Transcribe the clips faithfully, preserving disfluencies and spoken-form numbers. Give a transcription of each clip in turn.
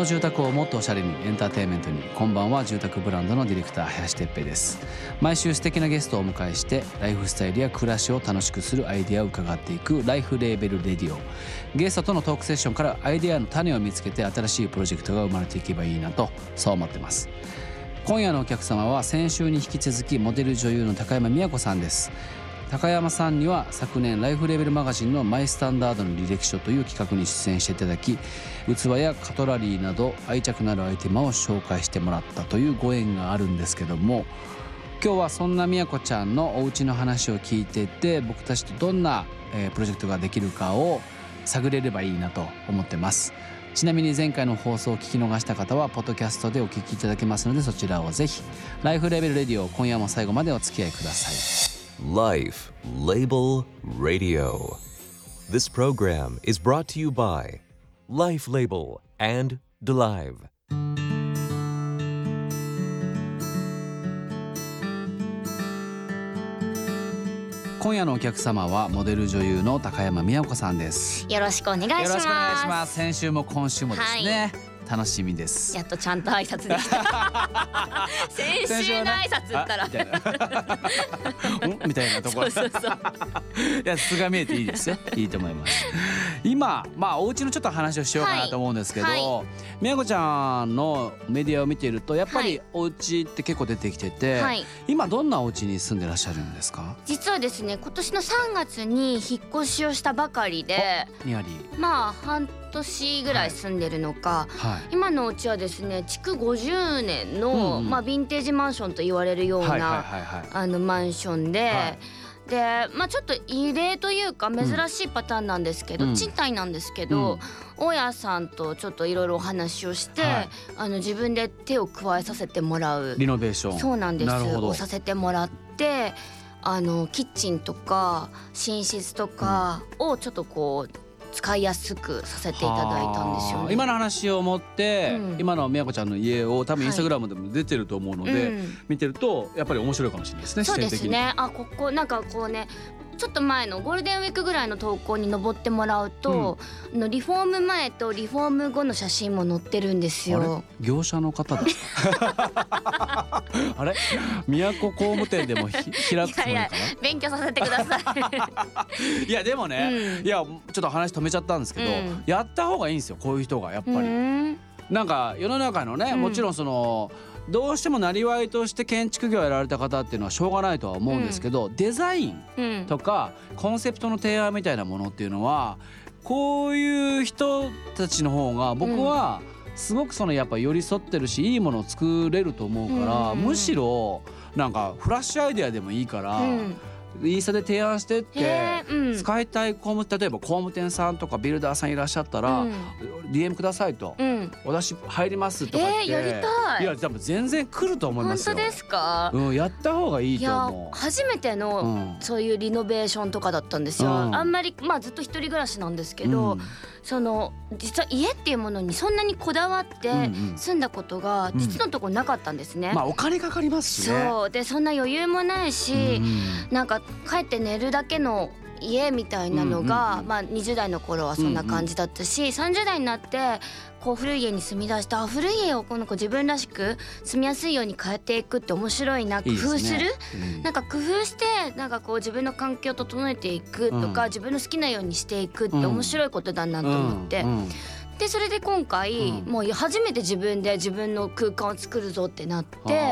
住宅をもっとおしゃれにエンターテインメントに。こんばんは、住宅ブランドのディレクター林哲平です。毎週素敵なゲストをお迎えしてライフスタイルや暮らしを楽しくするアイデアを伺っていくライフレーベルレディオ。ゲストとのトークセッションからアイデアの種を見つけて新しいプロジェクトが生まれていけばいいなと、そう思ってます。今夜のお客様は先週に引き続きモデル女優の高山美也子さんです。高山さんには昨年ライフレーベルマガジンのマイスタンダードの履歴書という企画に出演していただき、器やカトラリーなど愛着のあるアイテムを紹介してもらったというご縁があるんですけども、今日はそんな美也子ちゃんのお家の話を聞いていて、僕たちとどんな、えー、プロジェクトができるかを探れればいいなと思ってます。ちなみに前回の放送を聞き逃した方はポッドキャストでお聞きいただけますので、そちらをぜひ。ライフレーベルレディオ、今夜も最後までお付き合いください。 Life Label Radio. This program is brought to you by Life Label and Delive. 今夜のお客様はモデル女優の高山美也子さんです。 よろしくお願いします。 よろしくお願いします。先週も今週もですね、はい、楽しみです。 やっとちゃんと挨拶できた。先週の挨拶ったら、 ね、みたいなところ。そうそうそう。いや、素が見えていいですよ。いいと思います。今、まあお家のちょっと話をしようかなと思うんですけど、はいはい、美也子ちゃんのメディアを見ているとやっぱりお家って結構出てきてて、はい、今どんなお家に住んでらっしゃるんですか？ 実はですね、今年のさんがつに引っ越しをしたばかりで、 にやりまあ半年ぐらい住んでるのか、はいはい、今のお家はですね、築ごじゅうねんの、うんうん、まあヴィンテージマンションと言われるようなあのマンションで、はい、で、まあ、ちょっと異例というか珍しいパターンなんですけど、うん、賃貸なんですけど、うん、大家さんとちょっといろいろお話をして、はい、あの自分で手を加えさせてもらうリノベーション、 そうなんですをさせてもらって、あのキッチンとか寝室とかをちょっとこう使いやすくさせていただいたんですよね。 今の話を持って、うん、今の美也子ちゃんの家を多分インスタグラムでも出てると思うので、はい、うん、見てるとやっぱり面白いかもしれないですね。 そうですね。あ、ここなんかこうね、ちょっと前のゴールデンウィークぐらいの投稿に登ってもらうと、うん、のリフォーム前とリフォーム後の写真も載ってるんですよ。 あれ、業者の方だ。あれ、都工務店でも開くつもりかな。いやいや、 勉強させてください。いやでもね、うん、いやちょっと話止めちゃったんですけど、うん、やった方がいいんですよ、こういう人がやっぱり。うん、なんか世の中のね、もちろんそのどうしてもなりわいとして建築業をやられた方っていうのはしょうがないとは思うんですけど、うん、デザインとかコンセプトの提案みたいなものっていうのはこういう人たちの方が僕はすごくそのやっぱ寄り添ってるし、いいものを作れると思うから、むしろなんかフラッシュアイデアでもいいから、うん、インスタで提案してって、うん、使いたい工務、例えば工務店さんとかビルダーさんいらっしゃったら、うん、ディーエム くださいと、うん、私入りますとかって、 えー、やりたい。 いや多分全然来ると思いますよ。 本当ですか？ うん、やった方がいいと思う。 いや初めての、うん、そういうリノベーションとかだったんですよ、うん、あんまり、まあ、ずっと一人暮らしなんですけど、うん、その実は家っていうものにそんなにこだわって住んだことが実のところなかったんですね、 うん、まあお金かかりますしね。 そうで、そんな余裕もないし、うん、なんか帰って寝るだけの家みたいなのが、うんうんうん、まあ、にじゅう代の頃はそんな感じだったし、うんうん、さんじゅう代になってこう古い家に住み出した、古い家をこの子自分らしく住みやすいように変えていくって面白いな、工夫する、いいですね、うん、なんか工夫してなんかこう自分の環境を整えていくとか、うん、自分の好きなようにしていくって面白いことだなと思って、うんうんうん、でそれで今回、うん、もう初めて自分で自分の空間を作るぞってなって、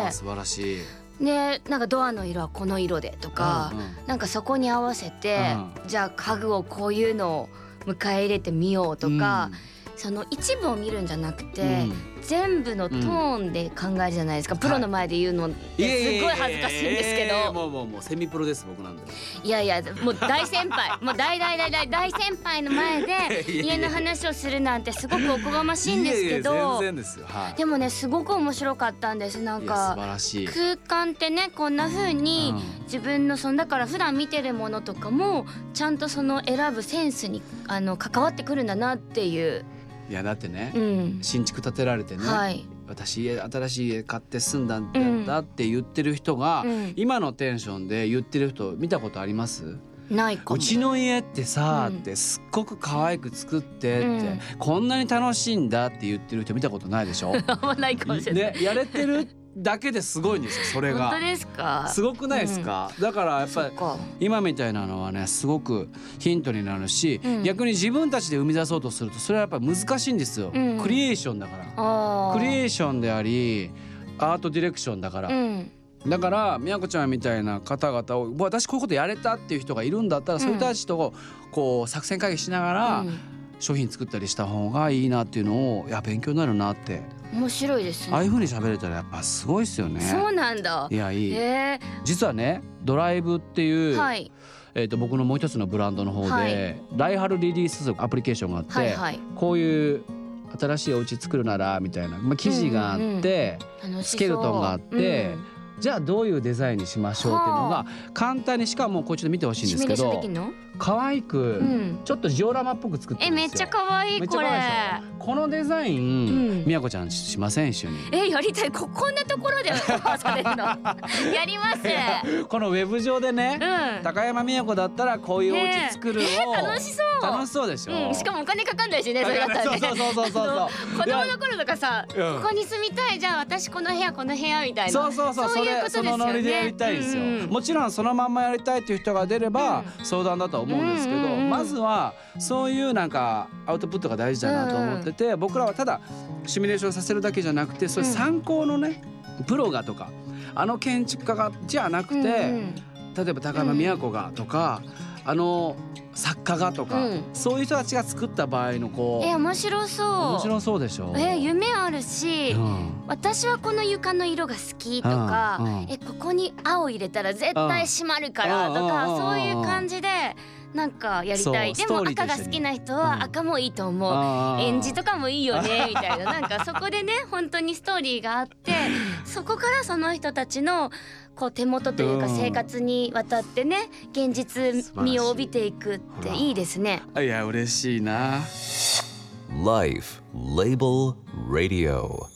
素晴らしい。 でなんかドアの色はこの色でとか、うんうん、なんかそこに合わせて、うん、じゃあ家具をこういうのを迎え入れてみようとか、うん、その一部を見るんじゃなくて、うん、全部のトーンで考えるじゃないですか、うん、プロの前で言うのってすごい恥ずかしいんですけど、 はい、もうもうもうセミプロです僕なんで。 いやいやもう大先輩もう大大大大大先輩の前で家の話をするなんてすごくおこがましいんですけど、いやいや全然ですよ、はい、でもねすごく面白かったんです。なんか素晴らしい空間ってね、こんな風に自分のそのだから普段見てるものとかもちゃんとその選ぶセンスにあの関わってくるんだなっていう。 いやだってね、うん、新築建てられてね、はい、私家新しい家買って住んだんだって言ってる人が、うん、今のテンションで言ってる人見たことあります？ ないかも。 うちの家ってさ、 うんってすっごく可愛く作ってって、 うん、 こんなに楽しいんだって言ってる人見たことないでしょあんまないかもしれない、 ね、やれてるだけですごいんですよそれが。 本当ですか。 すごくないですか、うん、だからやっぱり今みたいなのはねすごくヒントになるし、うん、逆に自分たちで生み出そうとするとそれはやっぱり難しいんですよ、うん、クリエーションだから。クリエーションでありアートディレクションだから、うん、だからみやこちゃんみたいな方々を私こういうことやれたっていう人がいるんだったら、うん、そういう人たちとこう作戦会議しながら、うん、商品作ったりした方がいいなっていうのをいや勉強になるなって。 面白いですね。 ああいう風に喋れたらやっぱすごいですよね。 そうなんだ。 いやいい、えー、実はねドライブっていう、はい、えー、と僕のもう一つのブランドの方で、はい、ライハルリリースアプリケーションがあって、はいはい、こういう新しいお家作るならみたいな、まあ、記事があって、うんうん、スケルトンがあって、うん、じゃあどういうデザインにしましょうっていうのが簡単にしかもこうちょっと見てほしいんですけど可愛く、うん、ちょっとジオラマっぽく作ってるんですよ。 えめっちゃ可愛いこれ。 このデザイン、うん、みやこちゃんしません一緒に。 えやりたい。 こ, こんなところでオファーされるのやります。 このウェブ上でね、うん、高山みやこだったらこういうお家作るを、 えー、楽しそう。 楽しそうでしょ、 うん、しかもお金かかんないしねそれだったらね。 そうそうそうそうそう子供の頃とかさ、うん、ここに住みたいじゃあ私この部屋この部屋みたいな。そうそうそうそういうことですよね。 そのノリでやりたいですよ、うんうん、もちろんそのまんまやりたいっていう人が出れば相談だとは思うんですけど、うんうんうん、まずはそういうなんかアウトプットが大事だなと思ってて、うん、僕らはただシミュレーションさせるだけじゃなくてそういう参考のね、うん、プロがとかあの建築家がじゃなくて、うんうん、例えば高山みやこがとか、うん、あの作家がとか、うん、そういう人たちが作った場合のこうえ面白そう。 面白そうでしょ。 え夢あるし、うん、私はこの床の色が好きとか、うんうん、えここに青入れたら絶対閉まるからとか、うん、そういう感じでなんかやりたい。でも赤が好きな人は赤もいいと思う、うん、エンジとかもいいよねみたいななんかそこでね本当にストーリーがあってそこからその人たちのこう手元というか生活にわたってね現実味を帯びていくっていいですね。 いや嬉しいな。 Life Label Radio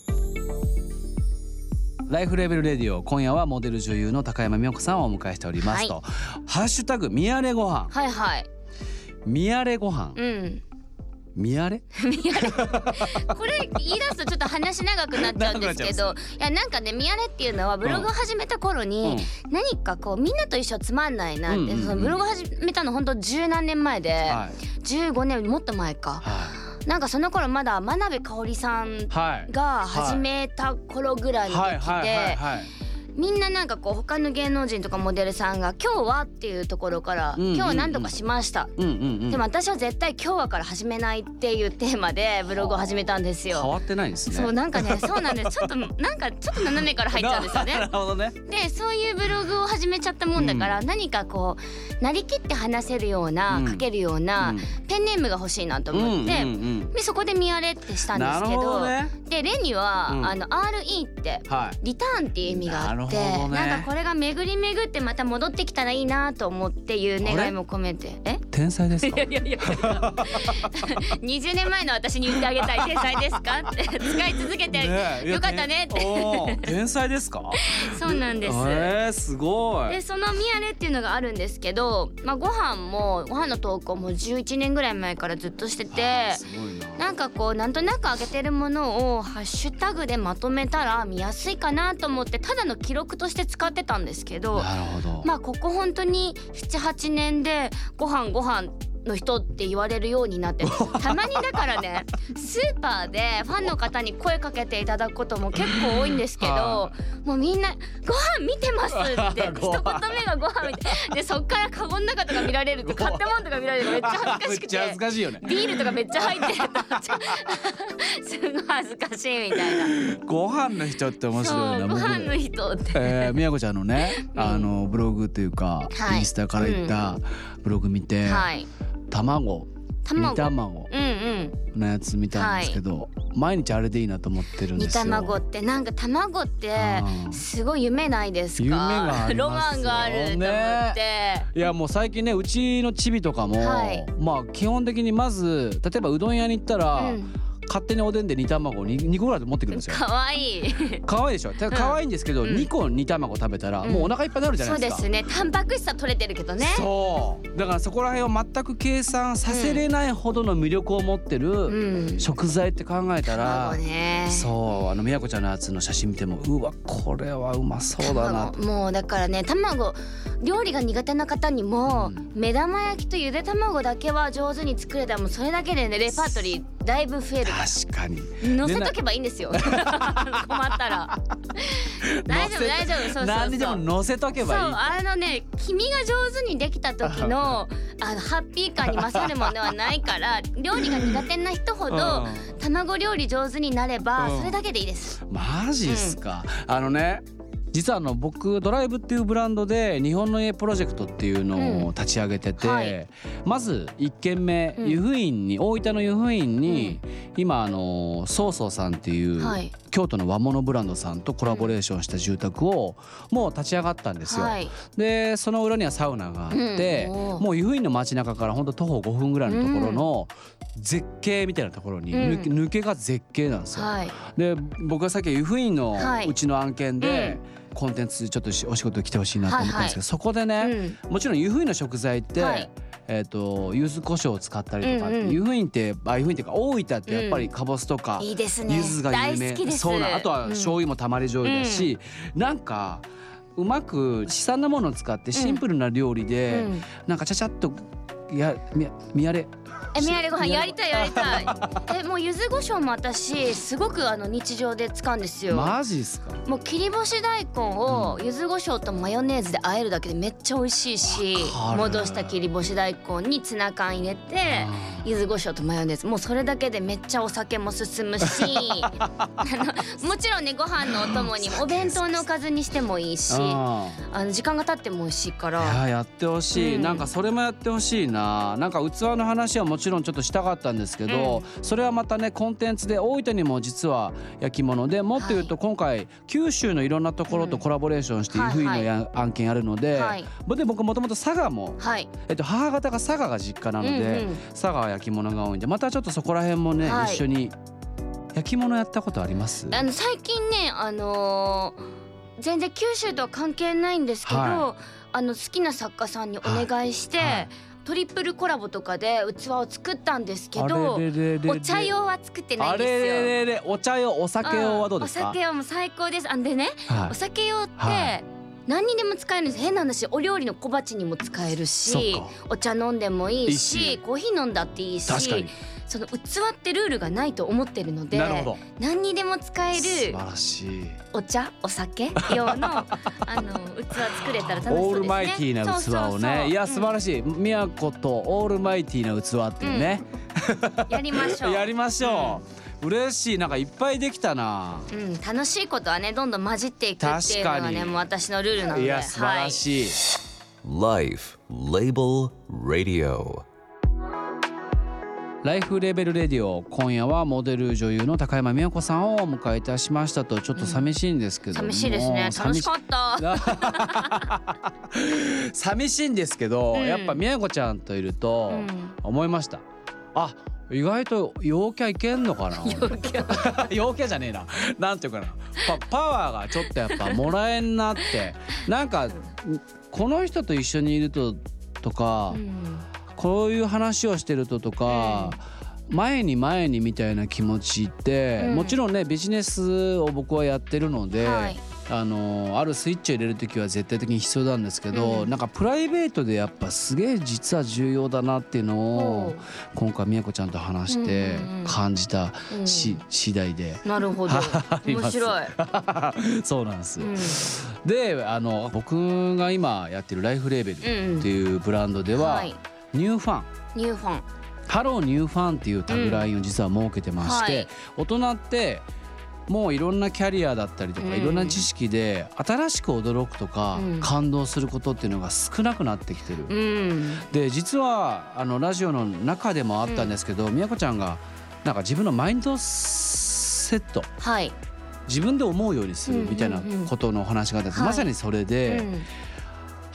ライフレーベルレディオ今夜はモデル女優の高山みやこさんをお迎えしておりますと、はい、ハッシュタグみやれごはん。 はいはいみやれごはん、うんみやれみやれこれ言い出すとちょっと話長くなっちゃうんですけどいやなんかねみやれっていうのはブログを始めた頃に、うん、何かこうみんなと一緒つまんないなって、うんうんうん、そのブログ始めたのほんと十何年前で、はい、じゅうごねんもっと前か、はい、なんかその頃まだ真鍋かおりさんが始めた頃ぐらいの時でみんななんかこう他の芸能人とかモデルさんが今日はっていうところから、うんうんうん、今日は何とかしました、うんうんうん、でも私は絶対今日はから始めないっていうテーマでブログを始めたんですよ。 変わってないですね。 そうなんかねそうなんですちょっとなんかちょっと斜めから入っちゃうんですよね。 なるほどね。 でそういうブログを始めちゃったもんだから、うん、何かこうなりきって話せるような、うん、書けるような、うん、ペンネームが欲しいなと思って、うんうんうん、でそこでみやれってしたんですけど、ね、でレには、うん、あの アールイー って、はい、リターンっていう意味があって、な, ね、なんかこれが巡り巡ってまた戻ってきたらいいなと思っていう願いも込めて。え天才ですか？ いやいやいやにじゅうねんまえの私に言ってあげたい天才ですかって使い続けて、ね、よかったねって天才ですか？ そうなんです。 えー、すごい。 でそのみやれっていうのがあるんですけど、まあ、ご飯もご飯の投稿もじゅういちねんぐらい前からずっとしてて、すごいな。なんかこうなんとなく上げてるものをハッシュタグでまとめたら見やすいかなと思ってただの記録として使ってたんですけど、 なるほど。 まあここ本当にななはちねんでご飯ご飯の人って言われるようになってたまにだからねスーパーでファンの方に声かけていただくことも結構多いんですけどもうみんなご飯見てますって一言目がご飯見てでそっからカゴの中とか見られるって買ったもんとか見られるのめっちゃ恥ずかしくてめっちゃ恥ずかしいよね。ビールとかめっちゃ入ってるすごい恥ずかしいみたいな。ご飯の人って面白いな。 ご飯の人って、 えー、みやこちゃんのね、うん、あのブログというか、はい、インスタからいったブログ見て、はい、卵煮卵のやつ見たんですけど、はい、毎日あれでいいなと思ってるんですよ。 煮卵ってなんか卵ってすごい夢ないですか？ 夢がありますよね。 ロマンがあると思って、 いやもう最近ねうちのチビとかも、はい、まあ基本的にまず例えばうどん屋に行ったら、うん、 勝手におでんで煮卵を 2, にこぐらい持ってくるんですよ。 かわいいかわいいでしょ。かわいいんですけど、うん、にこ煮卵食べたらもうお腹いっぱいになるじゃないですか、 うん、そうですね。タンパク質は取れてるけどね。 そうだからそこら辺を全く計算させれないほどの魅力を持ってる食材って考えたら、 うんね、 そうあの宮子ちゃんのやつの写真見てもうわこれはうまそうだな。 もうだからね卵料理が苦手な方にも、うん、目玉焼きとゆで卵だけは上手に作れたらもうそれだけでねレパートリーだいぶ増えるから。 確かに乗せとけばいいんですよ困ったら大丈夫大丈夫。そうそうそう何にでも乗せとけばいい。 そうあのね黄身が上手にできた時のあのハッピー感に勝るものはないから料理が苦手な人ほど、うん、卵料理上手になればそれだけでいいです、 うん、マジっすか、うん、あのね実はあの僕ドライブっていうブランドで日本の家プロジェクトっていうのを立ち上げてて、うんはい、まずいっけんめ、うん、湯布院に大分の湯布院に、うん、今あのソーソーさんっていう、はい、京都の和物ブランドさんとコラボレーションした住宅をもう立ち上がったんですよ、はい、でその裏にはサウナがあって、うん、もう湯布院の街中からほんと徒歩ごふんぐらいのところの絶景みたいなところに、うん、抜け、抜けが絶景なんですよ、はい、で僕がさっき湯布院のうちの案件で、はいうんコンテンツちょっとお仕事来てほしいなと思ったんですけど、はいはい、そこでね、うん、もちろん湯布院の食材って、はいえー、と柚子胡椒を使ったりとかって、うんうん、湯布院ってあ湯布院っていうか大分ってやっぱりかぼすとか、うん、いいですね、柚子が有名。 大好きです。 そうなあとは醤油もたまり醤油だし、うん、なんかうまく資産なものを使ってシンプルな料理で、うん、なんかちゃちゃっとやみみやれえみやれご飯やりたいやりたいえもう柚子胡椒も私すごくあの日常で使うんですよ。 マジっすか。 もう切り干し大根を柚子胡椒とマヨネーズで和えるだけでめっちゃ美味しいし、戻した切り干し大根にツナ缶入れて柚子胡椒とマヨネーズもうそれだけでめっちゃお酒も進むしあのもちろんねご飯のお供にもお弁当のおかずにしてもいいしあの時間が経っても美味しいから。 いややってほしい、うん、なんかそれもやってほしいな。なんか器の話はもちろんちょっとしたかったんですけど、うん、それはまたねコンテンツで大分にも実は焼き物でもっと言うと今回九州のいろんなところとコラボレーションして湯布院のや案件あるので、はい、で僕もともと佐賀も、はいえっと、母方が佐賀が実家なので、うんうん、佐賀は焼き物が多いんでまたちょっとそこら辺もね、はい、一緒に焼き物やったことあります？ あの最近ね、あのー、全然九州とは関係ないんですけど、はい、あの好きな作家さんにお願いして、はいはいトリプルコラボとかで器を作ったんですけどお茶用は作ってないんですよ。あれれれれお茶用お酒用はどうですか？ お酒用も最高です。あんでね、はい、お酒用って何にでも使えるんです。変な話お料理の小鉢にも使えるしお茶飲んでもいいし、いいしコーヒー飲んだっていいし確かにその器ってルールがないと思ってるので何にでも使える素晴らしいお茶お酒用のあの器作れたら楽しそうですね。 オールマイティーな器をね。そうそうそういや素晴らしい、うん、宮子とオールマイティーな器っていうね、 うん、やりましょうやりましょう、うん、嬉しい。なんかいっぱいできたな、 うん、楽しいことはねどんどん混じっていくっていうのがねもう私のルールなので。いや素晴らしい、 はい、Life Label Radio ライフレベルレディオ今夜はモデル女優の高山美和子さんをお迎えいたしましたと。ちょっと寂しいんですけども、 うん、寂しいですね。楽しかった寂しいんですけど、うん、やっぱ美和子ちゃんといると思いました、うん、あ意外と陽キャいけんのかな陽キャ陽キャじゃねえななんていうかな パ, パワーがちょっとやっぱもらえんなってなんかこの人と一緒にいるととか、うんこういう話をしてるととか、うん、前に前にみたいな気持ちって、うん、もちろんねビジネスを僕はやってるので、はい、あのあるスイッチを入れるときは絶対的に必要なんですけど、うん、なんかプライベートでやっぱすげえ実は重要だなっていうのを今回美和子ちゃんと話して感じたし、うん、次第で。 なるほど面白いそうなんです、うん、であの僕が今やってるライフレーベルっていうブランドでは、うんはいニューファンニューファンハローニューファンっていうタグラインを実は設けてまして、うんはい、大人ってもういろんなキャリアだったりとか、うん、いろんな知識で新しく驚くとか、うん、感動することっていうのが少なくなってきてる、うん、で実はあのラジオの中でもあったんですけど、うん、美和子ちゃんがなんか自分のマインドセット、はい、自分で思うようにするみたいなことのお話があって、うんうんうん、まさにそれで、うん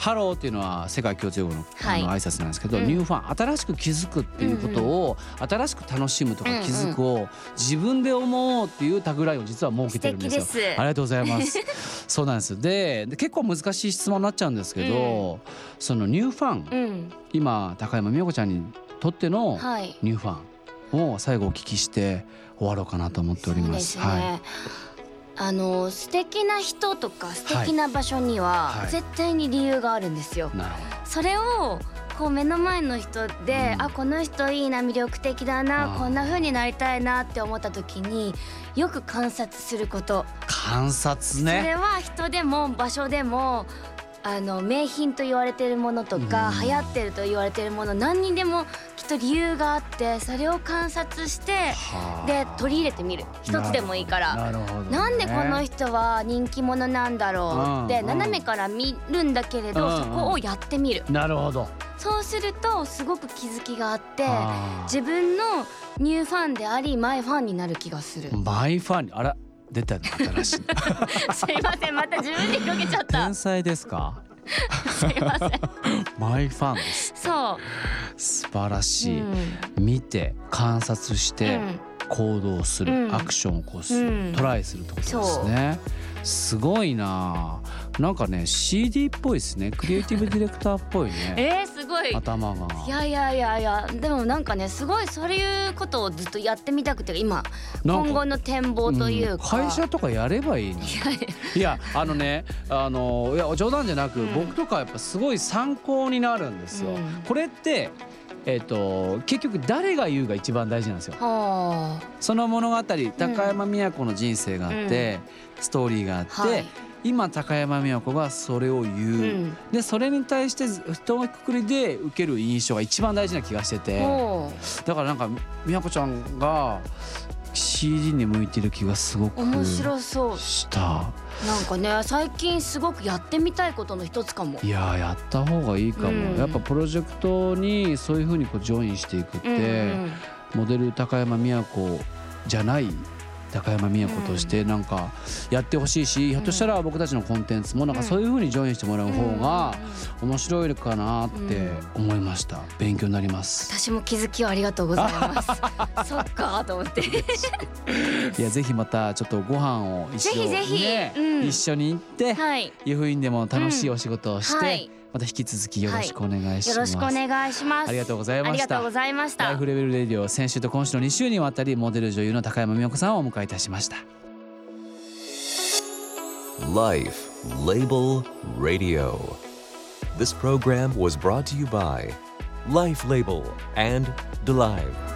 ハローっていうのは世界共通語の、 はい、 あの挨拶なんですけど、 うん、 ニューファン、新しく気づくっていうことを、うんうん、新しく楽しむとか気づくを自分で思おうっていうタグラインを実は設けてるんですよ。 素敵です。 ありがとうございますそうなんです。で、で結構難しい質問になっちゃうんですけど、うん、そのニューファン、うん、今高山美代子ちゃんにとってのニューファンを最後お聞きして終わろうかなと思っております。 そうですね、はい、あの素敵な人とか素敵な場所には絶対に理由があるんですよ。 なるほど。 それをこう目の前の人で、うん、あ、この人いいな、魅力的だな、こんな風になりたいなって思った時によく観察すること。 観察ね。 それは人でも場所でも、あの名品と言われているものとか、うん、流行ってると言われているもの、何にでもきっと理由があって、それを観察してで取り入れてみる。一つでもいいから。 なるほどね。 なんでこの人は人気者なんだろうって斜めから見るんだけれど、うんうん、そこをやってみる。 なるほど。 そうするとすごく気づきがあって、自分のニューファンでありマイファンになる気がする。 マイファン、あら出たの新しいすいません、また自分で広げちゃった。 天才ですかすいませんマイファンです。 そう、 素晴らしい、うん、見て観察して行動する、うん、アクションを起こす、うん、トライするってことですね。すごいな。なんかね シーディー っぽいですね。クリエイティブディレクターっぽいねえー、すごい頭が。 いやいやいやいや、でもなんかね、すごいそういうことをずっとやってみたくて、今今後の展望というか、 うん、会社とかやればいいの。いやいやいや、あのね、あのいや冗談じゃなく、うん、僕とかやっぱすごい参考になるんですよ、うん、これってえー、と結局誰が言うが一番大事なんですよ。その物語、高山美也子の人生があって、うん、ストーリーがあって、はい、今高山美也子がそれを言う、うん、でそれに対して人のくくりで受ける印象が一番大事な気がしてて、だからなんか美也子ちゃんが シーディー に向いてる気がすごく面白そうした。 なんかね、最近すごくやってみたいことの一つかも。 いややった方がいいかも、うん、やっぱプロジェクトにそういう風にこうジョインしていくって、うんうん、モデル高山美也子じゃない高山美也子としてなんかやってほしいし、ひょっとしたら僕たちのコンテンツもなんかそういう風にジョインしてもらう方が面白いかなって思いました。勉強になります。 私も気づきをありがとうございますそっかと思っていやぜひまたちょっとご飯を一緒に、ね、ぜひぜひ、うん、一緒に行って、はい、湯布院でも楽しいお仕事をして、うんはい、また引き続きよろしくお願いします、はい、 よろしくお願いします。 ありがとうございました。 ありがとうございました。 ライフレベルレディオ、先週と今週のに週にわたりモデル女優の高山美代子さんをお迎えいたしました。 Life Label Radio. This program was brought to you by Life Label and DeLive.